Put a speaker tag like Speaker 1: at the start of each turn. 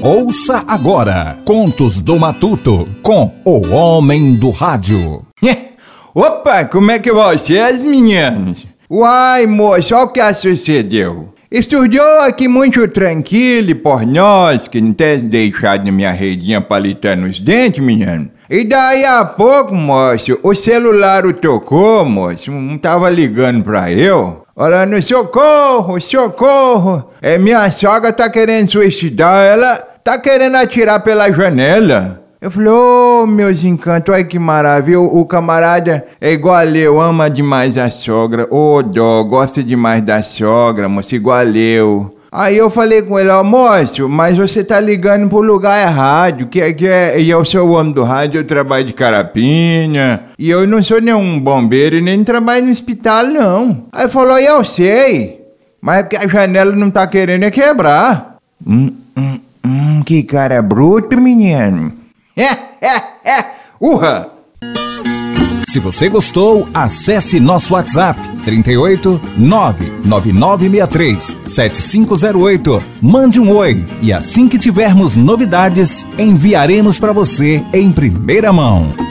Speaker 1: Ouça agora Contos do Matuto com o Homem do Rádio.
Speaker 2: Opa, como é que vocês, meninos? Uai, moço, olha o que sucedeu. Estudou aqui muito tranquilo e por nós, que não tem deixado na minha redinha palitando os dentes, menino. E daí a pouco, moço, o celular tocou, moço, não tava ligando pra eu. Falando, socorro, socorro. Minha sogra tá querendo suicidar, ela tá querendo atirar pela janela. Eu falei, ô, meus encantos, olha que maravilha, o camarada é igual eu, ama demais a sogra, ô, dó, gosta demais da sogra, moço, igual eu. Aí eu falei com ele, ó, moço, mas você tá ligando pro lugar errado, e eu sou o homem do rádio, eu trabalho de carapinha, e eu não sou nenhum bombeiro, nem trabalho no hospital, não. Aí ele falou, eu sei, mas é porque a janela não tá querendo quebrar. Que cara bruto, menino. Urra!
Speaker 1: Se você gostou, acesse nosso WhatsApp 38 99963 7508. Mande um oi e assim que tivermos novidades, enviaremos para você em primeira mão.